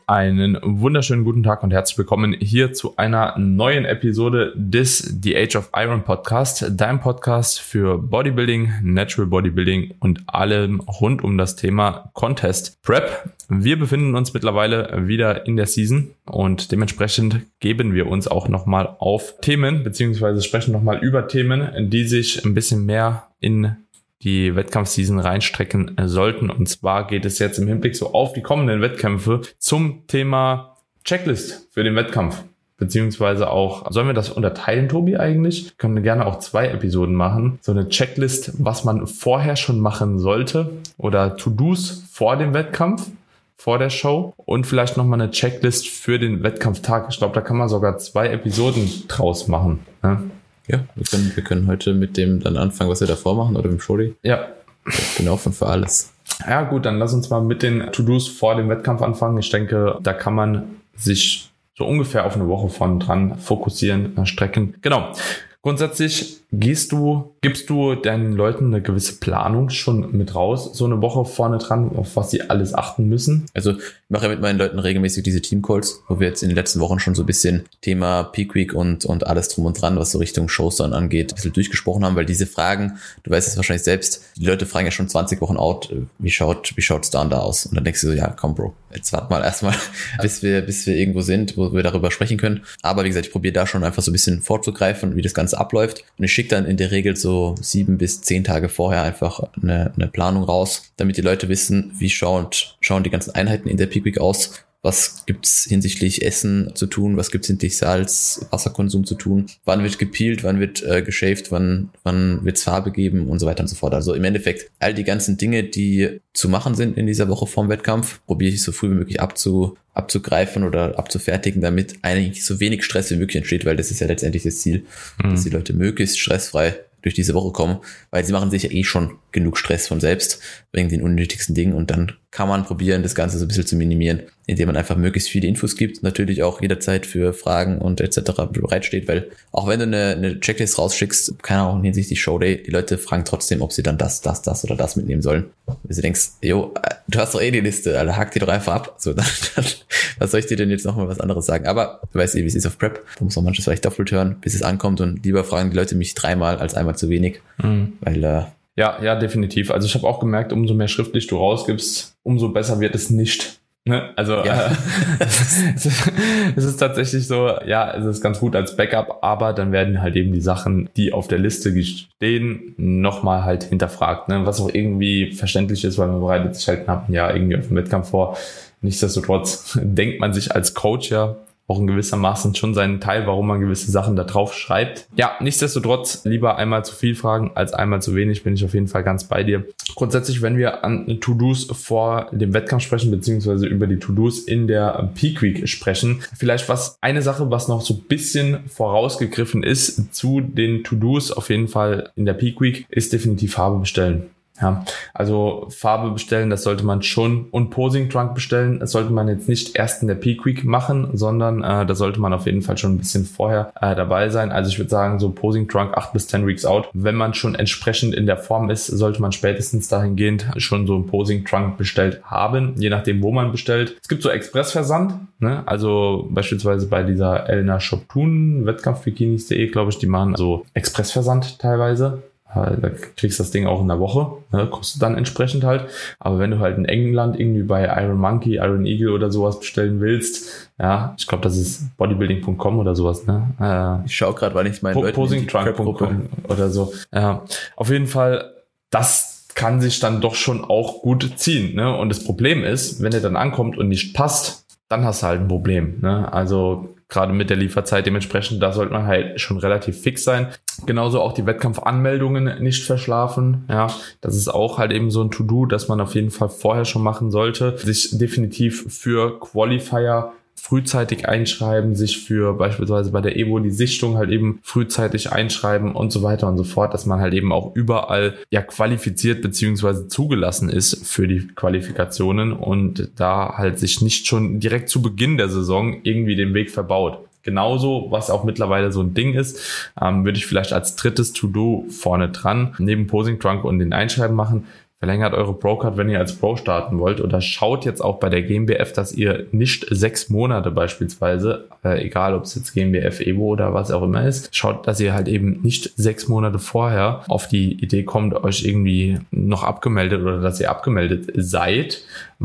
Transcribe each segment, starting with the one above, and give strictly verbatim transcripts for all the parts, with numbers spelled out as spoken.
Einen wunderschönen guten Tag und herzlich willkommen hier zu einer neuen Episode des The Age of Iron Podcast, dein Podcast für Bodybuilding, Natural Bodybuilding und allem rund um das Thema Contest Prep. Wir befinden uns mittlerweile wieder in der Season und dementsprechend geben wir uns auch nochmal auf Themen, beziehungsweise sprechen nochmal über Themen, die sich ein bisschen mehr in die Wettkampfseason reinstrecken sollten. Und zwar geht es jetzt im Hinblick so auf die kommenden Wettkämpfe zum Thema Checklist für den Wettkampf. Beziehungsweise auch, sollen wir das unterteilen, Tobi, eigentlich? Können wir gerne auch zwei Episoden machen. So eine Checklist, was man vorher schon machen sollte oder To-Dos vor dem Wettkampf, vor der Show und vielleicht nochmal eine Checklist für den Wettkampftag. Ich glaube, da kann man sogar zwei Episoden draus machen. Ne? Ja, wir können, wir können heute mit dem dann anfangen, was wir davor machen, oder mit dem Shorty. Ja. Ich bin offen für alles. Ja gut, dann lass uns mal mit den To-Dos vor dem Wettkampf anfangen. Ich denke, da kann man sich so ungefähr auf eine Woche von dran fokussieren, strecken. Genau. Grundsätzlich gehst du, gibst du deinen Leuten eine gewisse Planung schon mit raus, so eine Woche vorne dran, auf was sie alles achten müssen? Also ich mache ja mit meinen Leuten regelmäßig diese Team-Calls, wo wir jetzt in den letzten Wochen schon so ein bisschen Thema Peak Week und, und alles drum und dran, was so Richtung Shows dann angeht, ein bisschen durchgesprochen haben, weil diese Fragen, du weißt es wahrscheinlich selbst, die Leute fragen ja schon zwanzig Wochen out, wie schaut, wie schaut's da und da aus? Und dann denkst du so, ja komm Bro, jetzt warte mal erstmal, bis wir, bis wir irgendwo sind, wo wir darüber sprechen können. Aber wie gesagt, ich probiere da schon einfach so ein bisschen vorzugreifen, wie das Ganze abläuft. Und ich schicke dann in der Regel so sieben bis zehn Tage vorher einfach eine, eine Planung raus, damit die Leute wissen, wie schaut, schauen die ganzen Einheiten in der Peak Week aus, was gibt's hinsichtlich Essen zu tun, was gibt's hinsichtlich Salz, Wasserkonsum zu tun, wann wird gepeelt, wann wird äh, geshaved, wann wann wird's Farbe geben und so weiter und so fort. Also im Endeffekt all die ganzen Dinge, die zu machen sind in dieser Woche vorm Wettkampf, probiere ich so früh wie möglich abzu abzugreifen oder abzufertigen, damit eigentlich so wenig Stress wie möglich entsteht, weil das ist ja letztendlich das Ziel, mhm. dass die Leute möglichst stressfrei durch diese Woche kommen, weil sie machen sich ja eh schon genug Stress von selbst wegen den unnötigsten Dingen und dann kann man probieren, das Ganze so ein bisschen zu minimieren, indem man einfach möglichst viele Infos gibt, natürlich auch jederzeit für Fragen und et cetera bereitsteht, weil auch wenn du eine, eine Checklist rausschickst, keine Ahnung, hinsichtlich Showday, die Leute fragen trotzdem, ob sie dann das, das, das oder das mitnehmen sollen. Wenn du denkst, jo, du hast doch eh die Liste, also hack die doch einfach ab, so dann, dann was soll ich dir denn jetzt nochmal was anderes sagen? Aber du weißt eh, wie es ist auf Prep, da muss man manches vielleicht doppelt hören, bis es ankommt und lieber fragen die Leute mich dreimal als einmal zu wenig, mhm. weil äh, Ja, ja, definitiv. Also ich habe auch gemerkt, umso mehr schriftlich du rausgibst, umso besser wird es nicht. Ne? Also ja. äh, es, ist, es ist tatsächlich so, ja, es ist ganz gut als Backup, aber dann werden halt eben die Sachen, die auf der Liste stehen, nochmal halt hinterfragt. Ne? Was auch irgendwie verständlich ist, weil man bereitet sich halt knapp ein Jahr irgendwie auf den Wettkampf vor. Nichtsdestotrotz denkt man sich als Coach ja auch in gewissermaßen schon seinen Teil, warum man gewisse Sachen da drauf schreibt. Ja, nichtsdestotrotz lieber einmal zu viel fragen als einmal zu wenig, bin ich auf jeden Fall ganz bei dir. Grundsätzlich, wenn wir an To-Dos vor dem Wettkampf sprechen, beziehungsweise über die To-Dos in der Peak Week sprechen, vielleicht was, eine Sache, was noch so ein bisschen vorausgegriffen ist zu den To-Dos auf jeden Fall in der Peak Week, ist definitiv Farbe bestellen. Ja, also Farbe bestellen, das sollte man schon und Posing Trunk bestellen, das sollte man jetzt nicht erst in der Peak Week machen, sondern äh, da sollte man auf jeden Fall schon ein bisschen vorher äh, dabei sein. Also ich würde sagen, so Posing Trunk acht bis zehn Weeks out. Wenn man schon entsprechend in der Form ist, sollte man spätestens dahingehend schon so ein Posing Trunk bestellt haben, je nachdem, wo man bestellt. Es gibt so Expressversand, ne? Also beispielsweise bei dieser Elna Shoptun, Wettkampfbikinis punkt de, glaube ich, die machen so Expressversand teilweise. Da kriegst du das Ding auch in der Woche, ne, kostet dann entsprechend halt. Aber wenn du halt in England irgendwie bei Iron Monkey, Iron Eagle oder sowas bestellen willst, ja, ich glaube, das ist bodybuilding punkt com oder sowas, ne? Äh, ich schaue gerade, weil ich meine Leute posing trunk punkt com oder so. Ja, auf jeden Fall, das kann sich dann doch schon auch gut ziehen, ne? Und das Problem ist, wenn er dann ankommt und nicht passt, dann hast du halt ein Problem, ne? Also gerade mit der Lieferzeit dementsprechend, da sollte man halt schon relativ fix sein. Genauso auch die Wettkampfanmeldungen nicht verschlafen. Ja, das ist auch halt eben so ein To-Do, das man auf jeden Fall vorher schon machen sollte. Sich definitiv für Qualifier frühzeitig einschreiben, sich für beispielsweise bei der Evo die Sichtung halt eben frühzeitig einschreiben und so weiter und so fort, dass man halt eben auch überall ja qualifiziert beziehungsweise zugelassen ist für die Qualifikationen und da halt sich nicht schon direkt zu Beginn der Saison irgendwie den Weg verbaut. Genauso, was auch mittlerweile so ein Ding ist, ähm, würde ich vielleicht als drittes To-Do vorne dran, neben Posing Trunk und den Einschreiben machen, verlängert eure Pro-Card, wenn ihr als Pro starten wollt, oder schaut jetzt auch bei der G M B F, dass ihr nicht sechs Monate beispielsweise, äh, egal ob es jetzt G M B F, Evo oder was auch immer ist, schaut, dass ihr halt eben nicht sechs Monate vorher auf die Idee kommt, euch irgendwie noch abgemeldet oder dass ihr abgemeldet seid,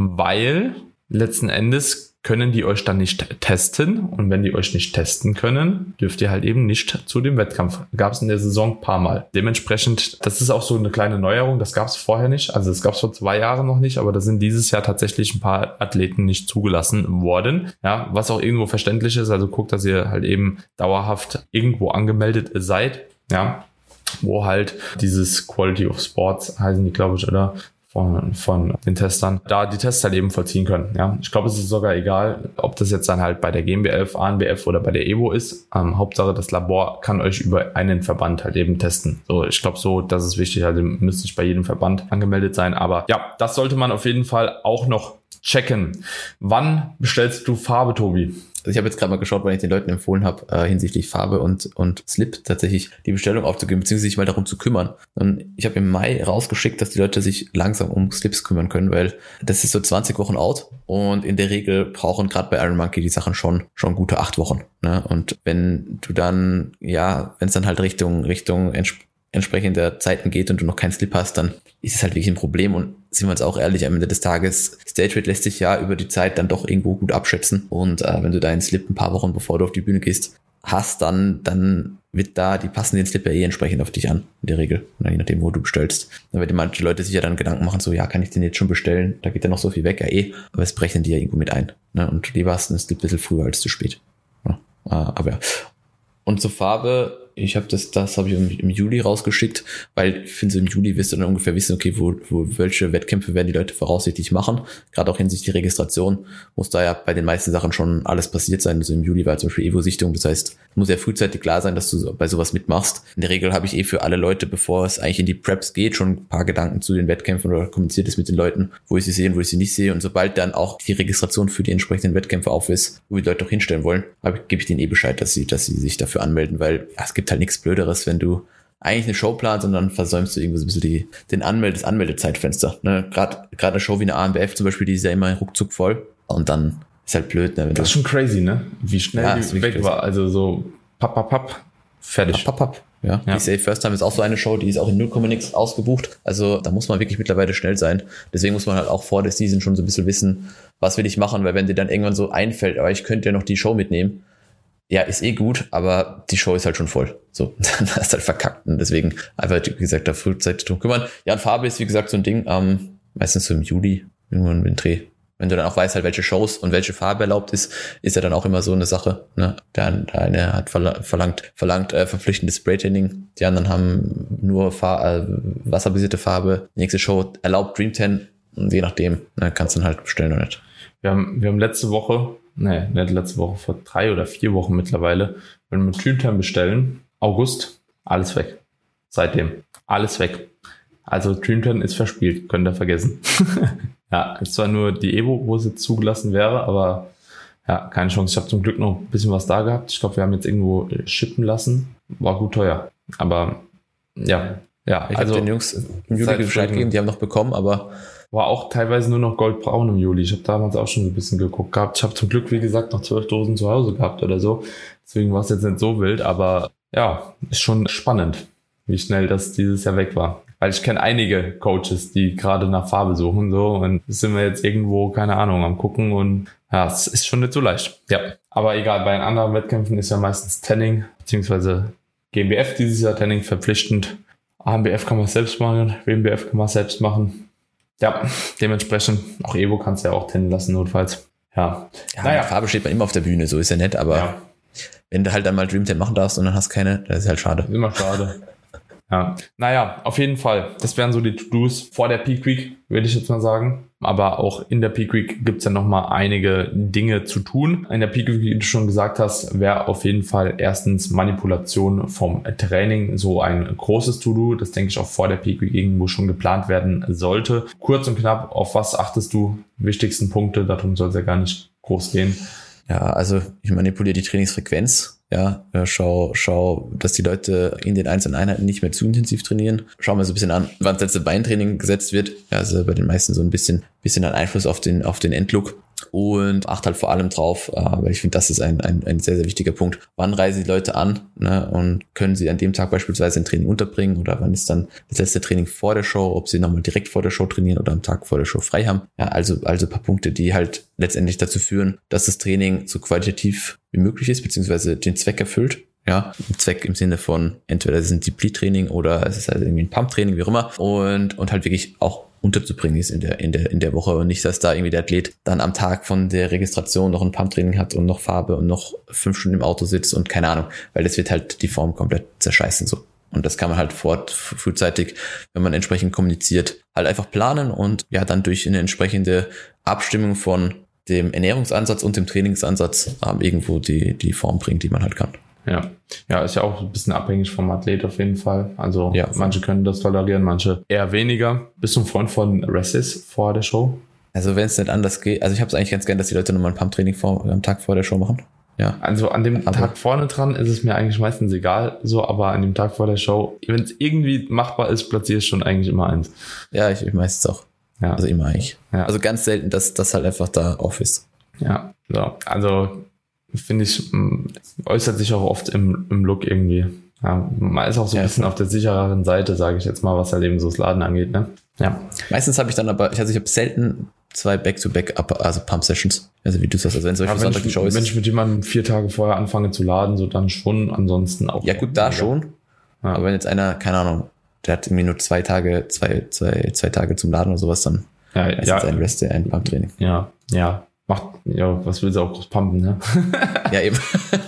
weil letzten Endes können die euch dann nicht testen, und wenn die euch nicht testen können, dürft ihr halt eben nicht zu dem Wettkampf. Gab es in der Saison ein paar Mal. Dementsprechend, das ist auch so eine kleine Neuerung, das gab es vorher nicht, also das gab es vor zwei Jahren noch nicht, aber da sind dieses Jahr tatsächlich ein paar Athleten nicht zugelassen worden, ja, was auch irgendwo verständlich ist, also guckt, dass ihr halt eben dauerhaft irgendwo angemeldet seid, ja, wo halt dieses Quality of Sports heißen die, glaube ich, oder? Von, von den Testern, da die Tests halt eben vollziehen können. Ja, ich glaube, es ist sogar egal, ob das jetzt dann halt bei der G M B F, A N B F oder bei der Evo ist. Ähm, Hauptsache, das Labor kann euch über einen Verband halt eben testen. So, ich glaube, so, das ist wichtig. Also müsst nicht bei jedem Verband angemeldet sein. Aber ja, das sollte man auf jeden Fall auch noch checken. Wann bestellst du Farbe, Tobi? Also ich habe jetzt gerade mal geschaut, weil ich den Leuten empfohlen habe, äh, hinsichtlich Farbe und und Slip tatsächlich die Bestellung aufzugeben, beziehungsweise sich mal darum zu kümmern. Und ich habe im Mai rausgeschickt, dass die Leute sich langsam um Slips kümmern können, weil das ist so zwanzig Wochen out und in der Regel brauchen gerade bei Iron Monkey die Sachen schon schon gute acht Wochen. Ne? Und wenn du dann, ja, wenn es dann halt Richtung Richtung entsp- entsprechender Zeiten geht und du noch keinen Slip hast, dann ist es halt wirklich ein Problem. Und sind wir uns auch ehrlich, am Ende des Tages, Stage Rate lässt sich ja über die Zeit dann doch irgendwo gut abschätzen. Und äh, wenn du deinen Slip ein paar Wochen bevor du auf die Bühne gehst, hast, dann dann wird da, die passen den Slip ja eh entsprechend auf dich an, in der Regel, je nachdem, wo du bestellst. Dann werden manche Leute sich ja dann Gedanken machen, so, ja, kann ich den jetzt schon bestellen? Da geht ja noch so viel weg, ja eh, aber es brechen die ja irgendwo mit ein. Ne? Und lieber hast du einen Slip ein bisschen früher als zu spät. Ja, aber ja. Und zur Farbe, ich habe das, das habe ich im, im Juli rausgeschickt, weil ich finde, so im Juli wirst du dann ungefähr wissen, okay, wo, wo welche Wettkämpfe werden die Leute voraussichtlich machen. Gerade auch hinsichtlich der Registration muss da ja bei den meisten Sachen schon alles passiert sein. Also im Juli war zum Beispiel Evo-Sichtung, das heißt, es muss ja frühzeitig klar sein, dass du bei sowas mitmachst. In der Regel habe ich eh für alle Leute, bevor es eigentlich in die Preps geht, schon ein paar Gedanken zu den Wettkämpfen oder kommuniziert es mit den Leuten, wo ich sie sehe und wo ich sie nicht sehe. Und sobald dann auch die Registration für die entsprechenden Wettkämpfe auf ist, wo die Leute auch hinstellen wollen, gebe ich denen eh Bescheid, dass sie, dass sie sich dafür anmelden, weil ja, es gibt halt nichts Blöderes, wenn du eigentlich eine Show planst und dann versäumst du irgendwie so ein bisschen die, den Anmelde, das Anmeldezeitfenster. Ne? Gerade gerade eine Show wie eine A N B F zum Beispiel, die ist ja immer ruckzuck voll und dann ist halt blöd. Ne? Wenn das ist schon crazy, ne? Wie schnell ja, die weg crazy. war. Also so papp, papp, papp, fertig. Papp, papp, papp. Ja, ja. Die Save First Time ist auch so eine Show, die ist auch in null Komma nix ausgebucht. Also da muss man wirklich mittlerweile schnell sein. Deswegen muss man halt auch vor der Season schon so ein bisschen wissen, was will ich machen, weil wenn dir dann irgendwann so einfällt, aber ich könnte ja noch die Show mitnehmen, ja, ist eh gut, aber die Show ist halt schon voll. So, dann hast du halt verkackt. Und deswegen einfach, wie gesagt, da frühzeitig drum kümmern. Ja, und Farbe ist, wie gesagt, so ein Ding, ähm, meistens so im Juli, irgendwann im Dreh. Wenn du dann auch weißt, halt, welche Shows und welche Farbe erlaubt ist, ist ja dann auch immer so eine Sache. Ne? Der, der eine hat verlangt, verlangt äh, verpflichtendes Spraytanning. Die anderen haben nur Far- äh, wasserbasierte Farbe. Die nächste Show erlaubt Dream Tan. Und je nachdem, ne, kannst du dann halt bestellen oder nicht. Wir haben, wir haben letzte Woche, nee, nicht letzte Woche, vor drei oder vier Wochen mittlerweile, wenn wir Dream Tan bestellen, August, alles weg. Seitdem, alles weg. Also Dream Tan ist verspielt, könnt ihr vergessen. Ja, ist zwar nur die Evo, wo es jetzt zugelassen wäre, aber ja, keine Chance. Ich habe zum Glück noch ein bisschen was da gehabt. Ich glaube, wir haben jetzt irgendwo shippen lassen. War gut teuer. Aber ja, ja. Ich also habe den Jungs im Juli Bescheid gegeben, die haben noch bekommen, aber war auch teilweise nur noch goldbraun im Juli. Ich habe damals auch schon so ein bisschen geguckt gehabt. Ich habe zum Glück, wie gesagt, noch zwölf Dosen zu Hause gehabt oder so. Deswegen war es jetzt nicht so wild, aber ja, ist schon spannend, wie schnell das dieses Jahr weg war. Weil ich kenne einige Coaches, die gerade nach Farbe suchen, so, und sind wir jetzt irgendwo, keine Ahnung, am gucken und ja, es ist schon nicht so leicht. Ja, aber egal, bei den anderen Wettkämpfen ist ja meistens Tanning, beziehungsweise G M B F dieses Jahr Tanning verpflichtend. A N B F kann man selbst machen, W M B F kann man selbst machen. Ja, dementsprechend, auch Evo kannst du ja auch tannen lassen, notfalls. Ja, ja naja. Farbe steht man immer auf der Bühne, so ist ja nett, aber ja. Wenn du halt dann mal Dream Tan machen darfst und dann hast keine, das ist halt schade. Immer schade. Ja, naja, auf jeden Fall. Das wären so die To-Dos vor der Peak Week, würde ich jetzt mal sagen. Aber auch in der Peak Week gibt's ja nochmal einige Dinge zu tun. In der Peak Week, wie du schon gesagt hast, wäre auf jeden Fall erstens Manipulation vom Training so ein großes To-Do. Das denke ich auch vor der Peak Week irgendwo schon geplant werden sollte. Kurz und knapp, auf was achtest du? Wichtigsten Punkte, darum soll es ja gar nicht groß gehen. Ja, also ich manipuliere die Trainingsfrequenz. Ja, schau, schau, dass die Leute in den einzelnen Einheiten nicht mehr zu intensiv trainieren. Schau mal so ein bisschen an, wann das letzte Beintraining gesetzt wird. Ja, also bei den meisten so ein bisschen, bisschen an Einfluss auf den, auf den Endlook. Und achte halt vor allem drauf, weil ich finde, das ist ein, ein, ein sehr, sehr wichtiger Punkt. Wann reisen die Leute an, ne, und können sie an dem Tag beispielsweise ein Training unterbringen oder wann ist dann das letzte Training vor der Show, ob sie nochmal direkt vor der Show trainieren oder am Tag vor der Show frei haben. Ja, also, also ein paar Punkte, die halt letztendlich dazu führen, dass das Training so qualitativ wie möglich ist, beziehungsweise den Zweck erfüllt. Ja, Zweck im Sinne von entweder es ist ein Deplete-Training oder es ist halt irgendwie ein Pump-Training, wie auch immer. Und, und halt wirklich auch unterzubringen ist in der, in der, in der Woche und nicht, dass da irgendwie der Athlet dann am Tag von der Registration noch ein Pump-Training hat und noch Farbe und noch fünf Stunden im Auto sitzt und keine Ahnung, weil das wird halt die Form komplett zerscheißen so. Und das kann man halt vor, frühzeitig, wenn man entsprechend kommuniziert, halt einfach planen und ja, dann durch eine entsprechende Abstimmung von dem Ernährungsansatz und dem Trainingsansatz ähm, irgendwo die, die Form bringt, die man halt kann. Ja, ja, ist ja auch ein bisschen abhängig vom Athlet auf jeden Fall. Also ja, manche können das tolerieren, manche eher weniger. Bist du ein Freund von Restis vor der Show? Also wenn es nicht anders geht, also ich habe es eigentlich ganz gern, dass die Leute nochmal ein Pump-Training vor, am Tag vor der Show machen. Ja. Also an dem aber Tag vorne dran ist es mir eigentlich meistens egal, so, aber an dem Tag vor der Show, wenn es irgendwie machbar ist, platziere ich schon eigentlich immer eins. Ja, ich, ich meistens auch. Ja. Also immer eigentlich. Ja. Also ganz selten, dass das halt einfach da off ist. Ja, so, also finde ich, äußert sich auch oft im, im Look irgendwie. Ja, man ist auch so ein ja, bisschen auf der sichereren Seite, sage ich jetzt mal, was halt eben so das Laden angeht, ne? Ja. Meistens habe ich dann aber, also ich habe selten zwei Back-to-Back, also Pump-Sessions. Also wie du sagst, also wenn solche ja, Sonntag die Show ist. Wenn ich mit jemandem vier Tage vorher anfange zu laden, so dann schon, ansonsten auch. Ja gut, da schon. Ja. Aber wenn jetzt einer, keine Ahnung, der hat irgendwie nur zwei Tage, zwei, zwei, zwei Tage zum Laden oder sowas, dann ja, ist ja, jetzt ein Rest, ein Pump-Training. Ja, ja. Macht, ja, was will sie auch groß pumpen, ne? Ja, eben.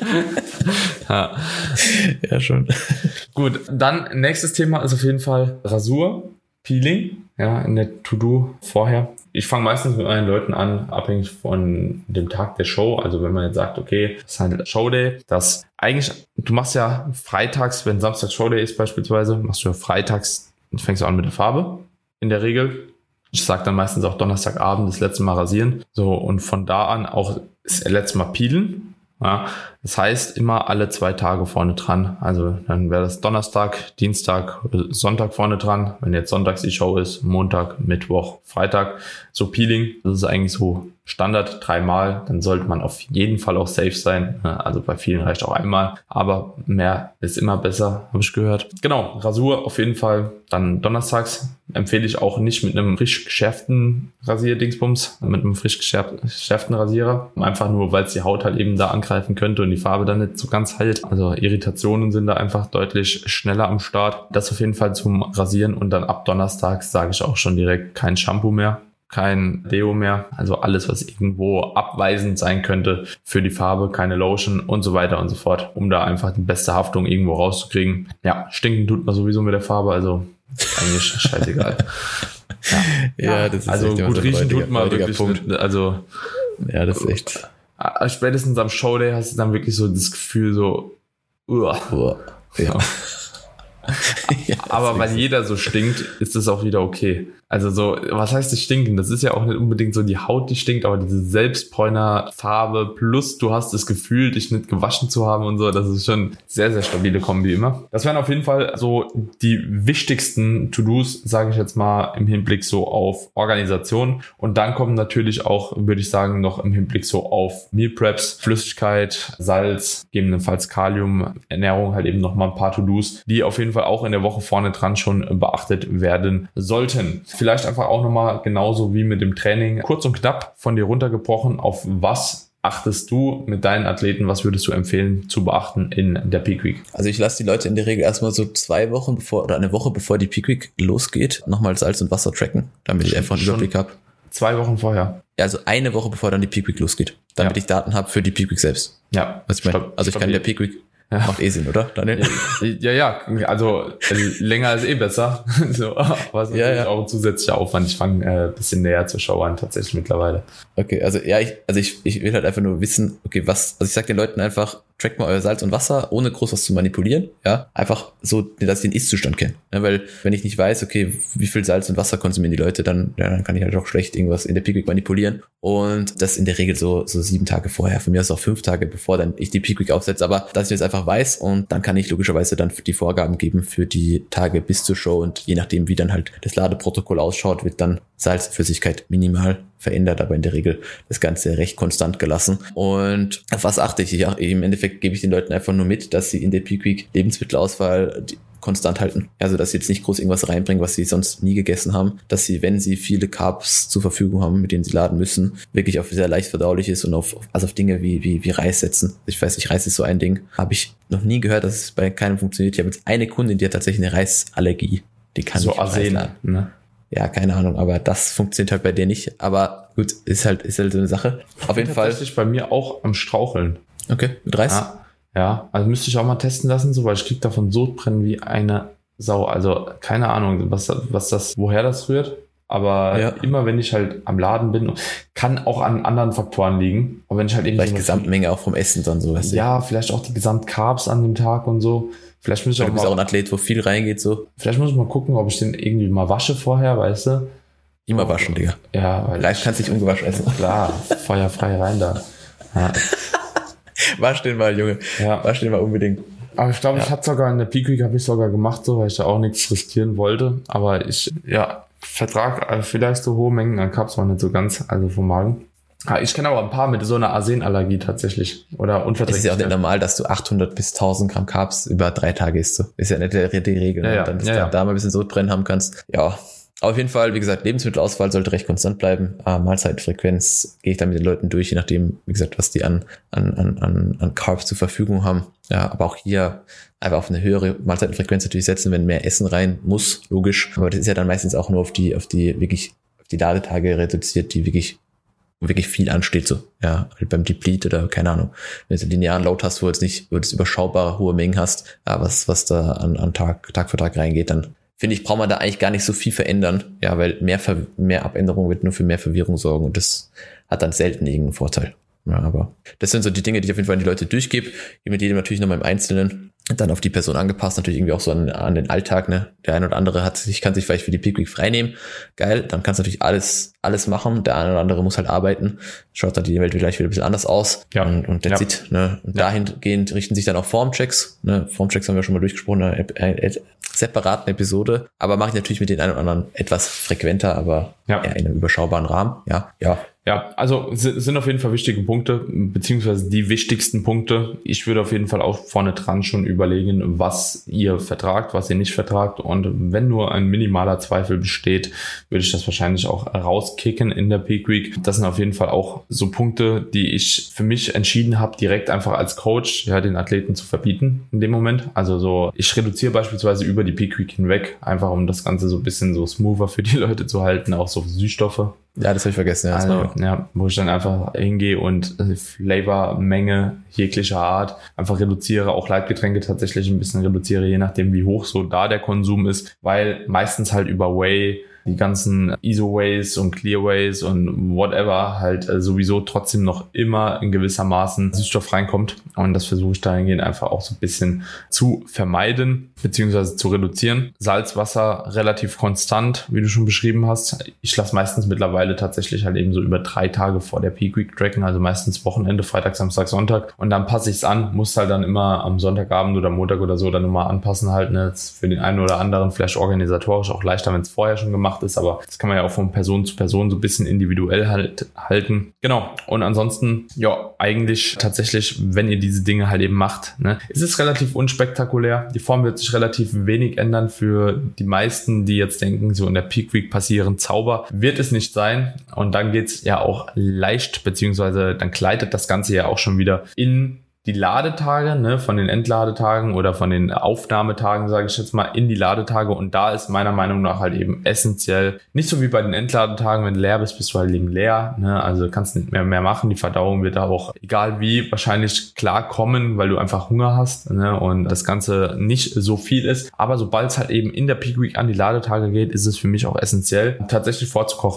ja. ja, schon. Gut, dann nächstes Thema ist auf jeden Fall Rasur, Peeling, ja, in der To-Do vorher. Ich fange meistens mit meinen Leuten an, abhängig von dem Tag der Show. Also wenn man jetzt sagt, okay, das ist halt Showday, das eigentlich, du machst ja freitags, wenn Samstag Showday ist beispielsweise, machst du ja freitags, fängst du an mit der Farbe, in der Regel. Ich sage dann meistens auch Donnerstagabend das letzte Mal rasieren. So, und von da an auch das letzte Mal peelen. Ja, das heißt immer alle zwei Tage vorne dran. Also dann wäre das Donnerstag, Dienstag, Sonntag vorne dran. Wenn jetzt sonntags die Show ist, Montag, Mittwoch, Freitag. So Peeling, das ist eigentlich so Standard dreimal. Dann sollte man auf jeden Fall auch safe sein. Also bei vielen reicht auch einmal. Aber mehr ist immer besser, habe ich gehört. Genau, Rasur auf jeden Fall. Dann donnerstags empfehle ich auch nicht mit einem frisch geschärften Rasierdingsbums, mit einem frisch geschärften Rasierer. Einfach nur, weil es die Haut halt eben da angreifen könnte und die Farbe dann nicht so ganz hält. Also Irritationen sind da einfach deutlich schneller am Start. Das auf jeden Fall zum Rasieren und dann ab Donnerstags sage ich auch schon direkt kein Shampoo mehr, kein Deo mehr. Also alles, was irgendwo abweisend sein könnte für die Farbe, keine Lotion und so weiter und so fort, um da einfach die beste Haftung irgendwo rauszukriegen. Ja, stinken tut man sowieso mit der Farbe, also eigentlich scheißegal. Ja, ja, das ist also gut so riechen tut man wirklich Punkt. Nicht, also ja, das ist echt. Spätestens am Showday hast du dann wirklich so das Gefühl so, uah. Uah. Ja. Ja, aber weil jeder so stinkt, ist das auch wieder okay. Also so, was heißt das Stinken? Das ist ja auch nicht unbedingt so die Haut, die stinkt, aber diese Selbstbräuner-Farbe plus du hast das Gefühl, dich nicht gewaschen zu haben und so, das ist schon sehr, sehr stabile Kombi immer. Das wären auf jeden Fall so die wichtigsten To-Dos, sage ich jetzt mal, im Hinblick so auf Organisation. Und dann kommen natürlich auch, würde ich sagen, noch im Hinblick so auf Meal Preps, Flüssigkeit, Salz, gegebenenfalls Kalium, Ernährung, halt eben nochmal ein paar To-Dos, die auf jeden Fall auch in der Woche vorne dran schon beachtet werden sollten. Vielleicht einfach auch nochmal genauso wie mit dem Training kurz und knapp von dir runtergebrochen, auf was achtest du mit deinen Athleten, was würdest du empfehlen zu beachten in der Peak Week? Also ich lasse die Leute in der Regel erstmal so zwei Wochen bevor oder eine Woche bevor die Peak Week losgeht, nochmal Salz und Wasser tracken, damit ich einfach einen Überblick habe. Zwei Wochen vorher? Also eine Woche bevor dann die Peak Week losgeht, damit ja. ich Daten habe für die Peak Week selbst. Ja. Was ich meine? Also ich kann in der Peak Week Ja. Macht eh Sinn, oder, Daniel? Ja, ja, also länger ist eh besser. So, aber es ist ja, natürlich ja. auch ein zusätzlicher Aufwand. Ich fange ein äh, bisschen näher zur Show an, tatsächlich mittlerweile. Okay, also ja, ich, also ich, ich will halt einfach nur wissen, okay, was, also ich sag den Leuten einfach, trackt mal euer Salz und Wasser, ohne groß was zu manipulieren, ja, einfach so, dass ich den Ist-Zustand kenne, ja, weil wenn ich nicht weiß, okay, wie viel Salz und Wasser konsumieren die Leute, dann, ja, dann kann ich halt auch schlecht irgendwas in der Peak Week manipulieren und das in der Regel so so sieben Tage vorher, von mir aus auch fünf Tage, bevor dann ich die Peak Week aufsetze, aber dass ich das einfach weiß und dann kann ich logischerweise dann die Vorgaben geben für die Tage bis zur Show und je nachdem, wie dann halt das Ladeprotokoll ausschaut, wird dann Salzflüssigkeit minimal verändert, aber in der Regel das Ganze recht konstant gelassen. Und auf was achte ich? Ja, im Endeffekt gebe ich den Leuten einfach nur mit, dass sie in der Peak Week Lebensmittelauswahl konstant halten. Also, dass sie jetzt nicht groß irgendwas reinbringen, was sie sonst nie gegessen haben. Dass sie, wenn sie viele Carbs zur Verfügung haben, mit denen sie laden müssen, wirklich auf sehr leicht verdaulich ist und auf, also auf Dinge wie, wie, wie Reis setzen. Ich weiß nicht, Reis ist so ein Ding. Habe ich noch nie gehört, dass es bei keinem funktioniert. Ich habe jetzt eine Kundin, die hat tatsächlich eine Reisallergie. Die kann so nicht Arsen, ne? Ja, keine Ahnung, aber das funktioniert halt bei dir nicht. Aber gut, ist halt, ist halt so eine Sache. Auf jeden Fall. Tatsächlich bei mir auch am Straucheln. Okay, mit Reis? Ja, ja, also müsste ich auch mal testen lassen, so, weil ich krieg davon Sodbrennen wie eine Sau. Also keine Ahnung, was, was das, woher das rührt. Aber ja. Immer wenn ich halt am Laden bin, kann auch an anderen Faktoren liegen. Aber wenn ich halt eben vielleicht so Gesamtmenge viel, auch vom Essen dann so. Weißt du? Ja, vielleicht auch die Gesamt-Carbs an dem Tag und so. Vielleicht muss ich auch du bist mal, auch ein Athlet, wo viel reingeht, so. Vielleicht muss ich mal gucken, ob ich den irgendwie mal wasche vorher, weißt du? Immer waschen, Digga. Ja, weil Reis kannst du nicht ungewaschen essen. Klar, feuerfrei rein da. Ja. Wasch den mal, Junge. Ja. Wasch den mal unbedingt. Aber ich glaube, ja. ich hatte sogar in der Peak Week habe ich sogar gemacht, so, weil ich da auch nichts riskieren wollte. Aber ich, ja, vertrag also vielleicht so hohe Mengen an Carbs, war nicht so ganz, also vom Magen. Ich kenne aber ein paar mit so einer Arsenallergie tatsächlich. Oder Unverträglichkeit. Es ist ja auch nicht normal, dass du achthundert bis tausend Gramm Carbs über drei Tage isst. So. Ist ja nicht die, die Regel. Ja, ja. Dann, dass ja, du ja. da mal ein bisschen Sodbrennen haben kannst. Ja, auf jeden Fall, wie gesagt, Lebensmittelauswahl sollte recht konstant bleiben. Äh, Mahlzeitenfrequenz gehe ich dann mit den Leuten durch, je nachdem, wie gesagt, was die an, an, an, an Carbs zur Verfügung haben. Ja, aber auch hier einfach auf eine höhere Mahlzeitenfrequenz natürlich setzen, wenn mehr Essen rein muss, logisch. Aber das ist ja dann meistens auch nur auf die, auf die wirklich, auf die Ladetage reduziert, die wirklich wirklich viel ansteht, so, ja, halt beim Deplete oder keine Ahnung, wenn du einen linearen Load hast, wo jetzt nicht, wo du jetzt überschaubare hohe Mengen hast, ja, was, was da an, an Tag, Tag für Tag reingeht, dann finde ich, braucht man da eigentlich gar nicht so viel verändern, ja, weil mehr, Ver- mehr Abänderung wird nur für mehr Verwirrung sorgen und das hat dann selten irgendeinen Vorteil. Ja, aber das sind so die Dinge, die ich auf jeden Fall an die Leute durchgebe, mit jedem natürlich nochmal im Einzelnen, dann auf die Person angepasst, natürlich irgendwie auch so an, an den Alltag, ne, der eine oder andere hat sich, kann sich vielleicht für die Peak Week freinehmen, geil, dann kannst du natürlich alles, alles machen, der eine oder andere muss halt arbeiten, schaut dann die Welt vielleicht wieder ein bisschen anders aus, ja. und, und that's ja. it, ne, und ja. dahingehend richten sich dann auch Formchecks, ne, Formchecks haben wir schon mal durchgesprochen, in einer, einer separaten Episode, aber mache ich natürlich mit den einen oder anderen etwas frequenter, aber ja. eher in einem überschaubaren Rahmen, ja, ja. Ja, also sind auf jeden Fall wichtige Punkte, beziehungsweise die wichtigsten Punkte. Ich würde auf jeden Fall auch vorne dran schon überlegen, was ihr vertragt, was ihr nicht vertragt. Und wenn nur ein minimaler Zweifel besteht, würde ich das wahrscheinlich auch rauskicken in der Peak Week. Das sind auf jeden Fall auch so Punkte, die ich für mich entschieden habe, direkt einfach als Coach ja den Athleten zu verbieten in dem Moment. Also so, ich reduziere beispielsweise über die Peak Week hinweg, einfach um das Ganze so ein bisschen so smoother für die Leute zu halten, auch so Süßstoffe. Ja, das habe ich vergessen. Ja, also, ja, wo ich dann einfach hingehe und Flavormenge jeglicher Art einfach reduziere, auch Leitgetränke tatsächlich ein bisschen reduziere, je nachdem wie hoch so da der Konsum ist, weil meistens halt über Whey die ganzen Iso-Ways und Clear-Ways und whatever halt äh, sowieso trotzdem noch immer in gewissermaßen Süßstoff reinkommt. Und das versuche ich dahingehend einfach auch so ein bisschen zu vermeiden beziehungsweise zu reduzieren. Salzwasser relativ konstant, wie du schon beschrieben hast. Ich lasse meistens mittlerweile tatsächlich halt eben so über drei Tage vor der Peak Week tracken, also meistens Wochenende, Freitag, Samstag, Sonntag. Und dann passe ich es an, muss halt dann immer am Sonntagabend oder Montag oder so dann nochmal anpassen halt. Ne? Das ist für den einen oder anderen vielleicht organisatorisch auch leichter, wenn es vorher schon gemacht ist, aber das kann man ja auch von Person zu Person so ein bisschen individuell halt halten. Genau. Und ansonsten, ja, eigentlich tatsächlich, wenn ihr diese Dinge halt eben macht, ne, ist es relativ unspektakulär. Die Form wird sich relativ wenig ändern für die meisten, die jetzt denken, so in der Peak Week passieren Zauber. Wird es nicht sein. Und dann geht's ja auch leicht, beziehungsweise dann gleitet das Ganze ja auch schon wieder in die Ladetage, ne, von den Entladetagen oder von den Aufnahmetagen, sage ich jetzt mal, in die Ladetage. Und da ist meiner Meinung nach halt eben essentiell, nicht so wie bei den Entladetagen, wenn du leer bist, bist du halt eben leer, ne, also kannst nicht mehr mehr machen. Die Verdauung wird da auch, egal wie, wahrscheinlich klar kommen, weil du einfach Hunger hast, ne, und das Ganze nicht so viel ist. Aber sobald es halt eben in der Peak Week an die Ladetage geht, ist es für mich auch essentiell, tatsächlich vorzukochen.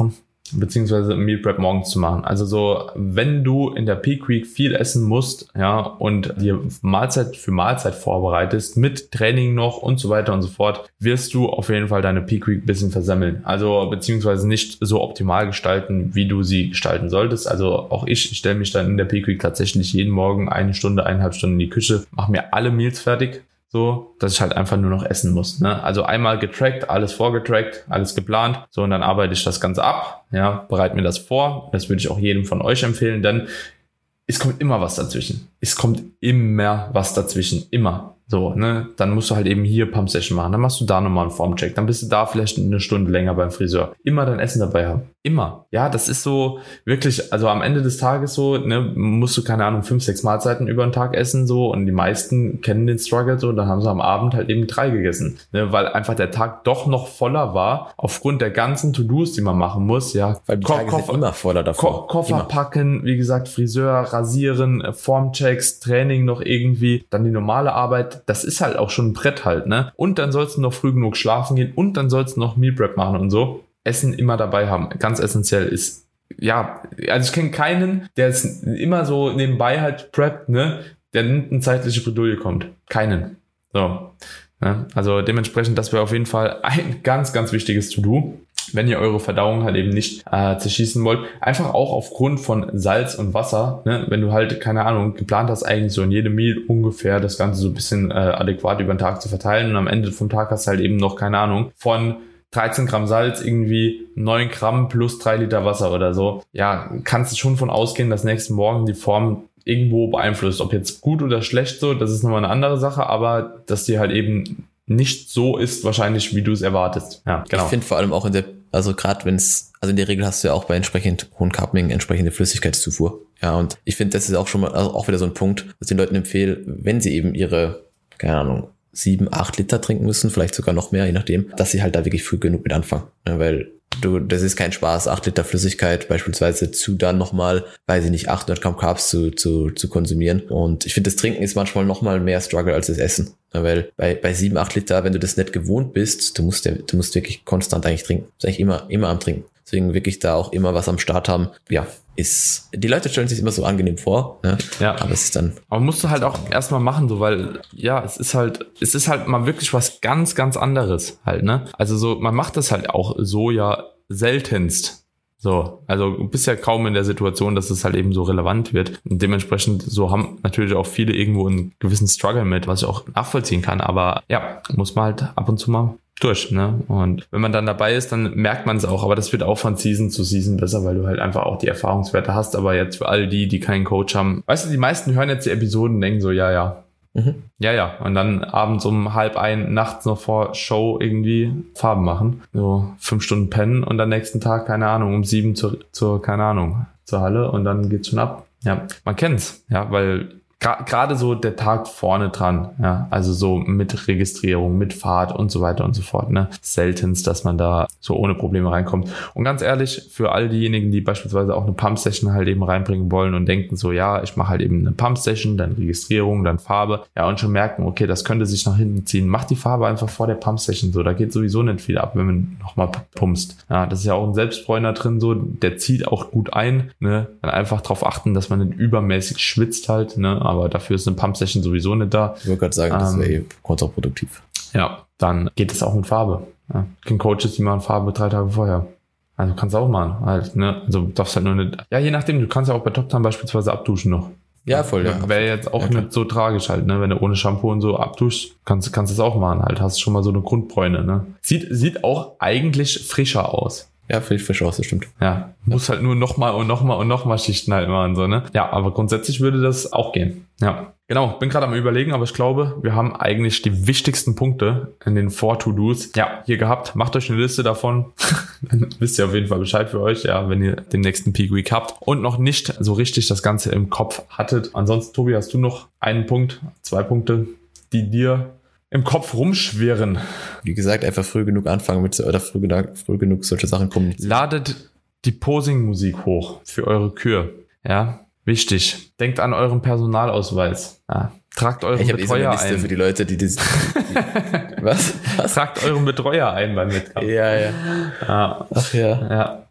beziehungsweise Meal Prep morgens zu machen. Also so, wenn du in der Peak Week viel essen musst, ja, und dir Mahlzeit für Mahlzeit vorbereitest, mit Training noch und so weiter und so fort, wirst du auf jeden Fall deine Peak Week ein bisschen versemmeln. Also beziehungsweise nicht so optimal gestalten, wie du sie gestalten solltest. Also auch ich, ich stelle mich dann in der Peak Week tatsächlich jeden Morgen eine Stunde, eineinhalb Stunden in die Küche, mache mir alle Meals fertig, so, dass ich halt einfach nur noch essen muss, ne? Also einmal getrackt, alles vorgetrackt, alles geplant, so, und dann arbeite ich das Ganze ab, ja, bereite mir das vor. Das würde ich auch jedem von euch empfehlen, denn es kommt immer was dazwischen. Es kommt immer was dazwischen, immer. So, ne, dann musst du halt eben hier Pump Session machen, dann machst du da nochmal einen Formcheck, dann bist du da vielleicht eine Stunde länger beim Friseur. Immer dein Essen dabei haben. Immer. Ja, das ist so wirklich, also am Ende des Tages so, ne, musst du, keine Ahnung, fünf, sechs Mahlzeiten über den Tag essen, so, und die meisten kennen den Struggle so, dann haben sie am Abend halt eben drei gegessen, ne, weil einfach der Tag doch noch voller war, aufgrund der ganzen To-Dos, die man machen muss, ja. Weil die Tage sind immer voller davor. Ko- Koffer immer. packen, wie gesagt, Friseur, rasieren, Formchecks, Training noch irgendwie, dann die normale Arbeit. Das ist halt auch schon ein Brett halt, ne? Und dann sollst du noch früh genug schlafen gehen und dann sollst du noch Meal Prep machen und so. Essen immer dabei haben. Ganz essentiell ist, ja, also ich kenne keinen, der es immer so nebenbei halt preppt, ne? Der nimmt eine zeitliche Bredouille kommt. Keinen. So. Ne? Also dementsprechend, das wäre auf jeden Fall ein ganz, ganz wichtiges To-Do, wenn ihr eure Verdauung halt eben nicht äh, zerschießen wollt. Einfach auch aufgrund von Salz und Wasser, ne? Wenn du halt, keine Ahnung, geplant hast, eigentlich so in jedem Meal ungefähr das Ganze so ein bisschen äh, adäquat über den Tag zu verteilen, und am Ende vom Tag hast du halt eben noch, keine Ahnung, von dreizehn Gramm Salz irgendwie neun Gramm plus drei Liter Wasser oder so. Ja, kannst du schon von ausgehen, dass nächsten Morgen die Form irgendwo beeinflusst. Ob jetzt gut oder schlecht so, das ist nochmal eine andere Sache, aber dass die halt eben nicht so ist wahrscheinlich, wie du es erwartest. Ja, genau. Ich finde vor allem auch in der, also gerade wenn es, also in der Regel hast du ja auch bei entsprechend hohen Carbmengen entsprechende Flüssigkeitszufuhr. Ja, und ich finde, das ist auch schon mal, also auch wieder so ein Punkt, was ich den Leuten empfehle, wenn sie eben ihre, keine Ahnung, sieben, acht Liter trinken müssen, vielleicht sogar noch mehr, je nachdem, dass sie halt da wirklich früh genug mit anfangen. Ja, weil du, das ist kein Spaß, acht Liter Flüssigkeit beispielsweise zu dann nochmal, weiß ich nicht, achthundert Gramm Carbs zu, zu, zu konsumieren. Und ich finde, das Trinken ist manchmal nochmal mehr Struggle als das Essen. Ja, weil bei, bei sieben, acht Liter, wenn du das nicht gewohnt bist, du musst ja, du musst wirklich konstant eigentlich trinken. Du bist eigentlich immer, immer am Trinken. Deswegen wirklich da auch immer was am Start haben. Ja, ist, die Leute stellen sich immer so angenehm vor, ne? Ja. Aber es ist dann. Aber musst du halt auch erstmal machen, so, weil, ja, es ist halt, es ist halt mal wirklich was ganz, ganz anderes halt, ne? Also so, man macht das halt auch so ja seltenst. So, also du bist ja kaum in der Situation, dass es halt eben so relevant wird. Und dementsprechend, so haben natürlich auch viele irgendwo einen gewissen Struggle mit, was ich auch nachvollziehen kann. Aber ja, muss man halt ab und zu mal durch, ne? Und wenn man dann dabei ist, dann merkt man es auch, aber das wird auch von Season zu Season besser, weil du halt einfach auch die Erfahrungswerte hast. Aber jetzt für all die, die keinen Coach haben, weißt du, die meisten hören jetzt die Episoden und denken so, ja, ja, mhm. ja, ja, und dann abends um halb ein, nachts noch vor Show irgendwie Farben machen, so fünf Stunden pennen und dann nächsten Tag, keine Ahnung, um sieben zur, zur keine Ahnung, zur Halle und dann geht's schon ab. Ja, man kennt's, ja, weil gerade so der Tag vorne dran, ja, also so mit Registrierung, mit Fahrt und so weiter und so fort, ne, seltenst, dass man da so ohne Probleme reinkommt. Und ganz ehrlich, für all diejenigen, die beispielsweise auch eine Pump-Session halt eben reinbringen wollen und denken so, ja, ich mache halt eben eine Pump-Session, dann Registrierung, dann Farbe, ja, und schon merken, okay, das könnte sich nach hinten ziehen, mach die Farbe einfach vor der Pump-Session, so, da geht sowieso nicht viel ab, wenn man nochmal pumpst. Ja, das ist ja auch ein Selbstbräuner drin, so, der zieht auch gut ein, ne, dann einfach drauf achten, dass man nicht übermäßig schwitzt halt, ne, aber dafür ist eine Pump-Session sowieso nicht da. Ich würde gerade sagen, das wäre ähm, kontraproduktiv. Ja, dann geht es auch mit Farbe. Ja. Ich kenne Coaches, die machen Farbe drei Tage vorher. Also kannst du auch machen halt, ne? Also du darfst halt nur nicht, ja, je nachdem, du kannst ja auch bei Top Time beispielsweise abduschen noch. Ja, voll, ja. Wäre jetzt auch ja, nicht so tragisch halt, ne? Wenn du ohne Shampoo und so abduschst, kannst, kannst du es auch machen halt. Hast schon mal so eine Grundbräune, ne? Sieht, sieht auch eigentlich frischer aus. Ja, finde ich frisch aus, das stimmt. Ja, muss halt nur nochmal und nochmal und nochmal Schichten halt machen, so, ne? Ja, aber grundsätzlich würde das auch gehen. Ja, genau. Bin gerade am Überlegen, aber ich glaube, wir haben eigentlich die wichtigsten Punkte in den Four To-Dos, ja, hier gehabt. Macht euch eine Liste davon. Dann wisst ihr auf jeden Fall Bescheid für euch, ja, wenn ihr den nächsten Peak Week habt und noch nicht so richtig das Ganze im Kopf hattet. Ansonsten, Tobi, hast du noch einen Punkt, zwei Punkte, die dir im Kopf rumschwirren? Wie gesagt, einfach früh genug anfangen mit, oder früh genug, früh genug solche Sachen kommunizieren. Ladet die Posing-Musik hoch für eure Kür. Ja, wichtig. Denkt an euren Personalausweis. Ja. Tragt euren ich Betreuer eh so eine Liste ein. Für die Leute, die das. Die, was? was? Tragt euren Betreuer ein beim Mitkommen. Ja, ja. ja. Ach ja. Ja.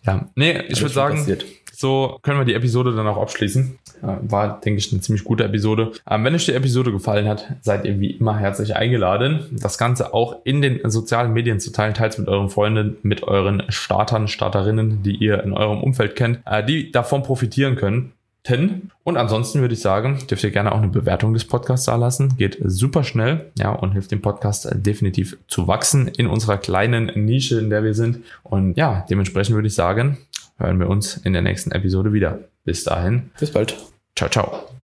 Ja, nee, ich würde sagen, passiert. So können wir die Episode dann auch abschließen. War, denke ich, eine ziemlich gute Episode. Wenn euch die Episode gefallen hat, seid ihr wie immer herzlich eingeladen, das Ganze auch in den sozialen Medien zu teilen. Teilt es mit euren Freunden, mit euren Startern, Starterinnen, die ihr in eurem Umfeld kennt, die davon profitieren können. Und ansonsten würde ich sagen, dürft ihr gerne auch eine Bewertung des Podcasts da lassen. Geht super schnell, ja, und hilft dem Podcast definitiv zu wachsen in unserer kleinen Nische, in der wir sind. Und ja, dementsprechend würde ich sagen, hören wir uns in der nächsten Episode wieder. Bis dahin. Bis bald. Ciao, ciao.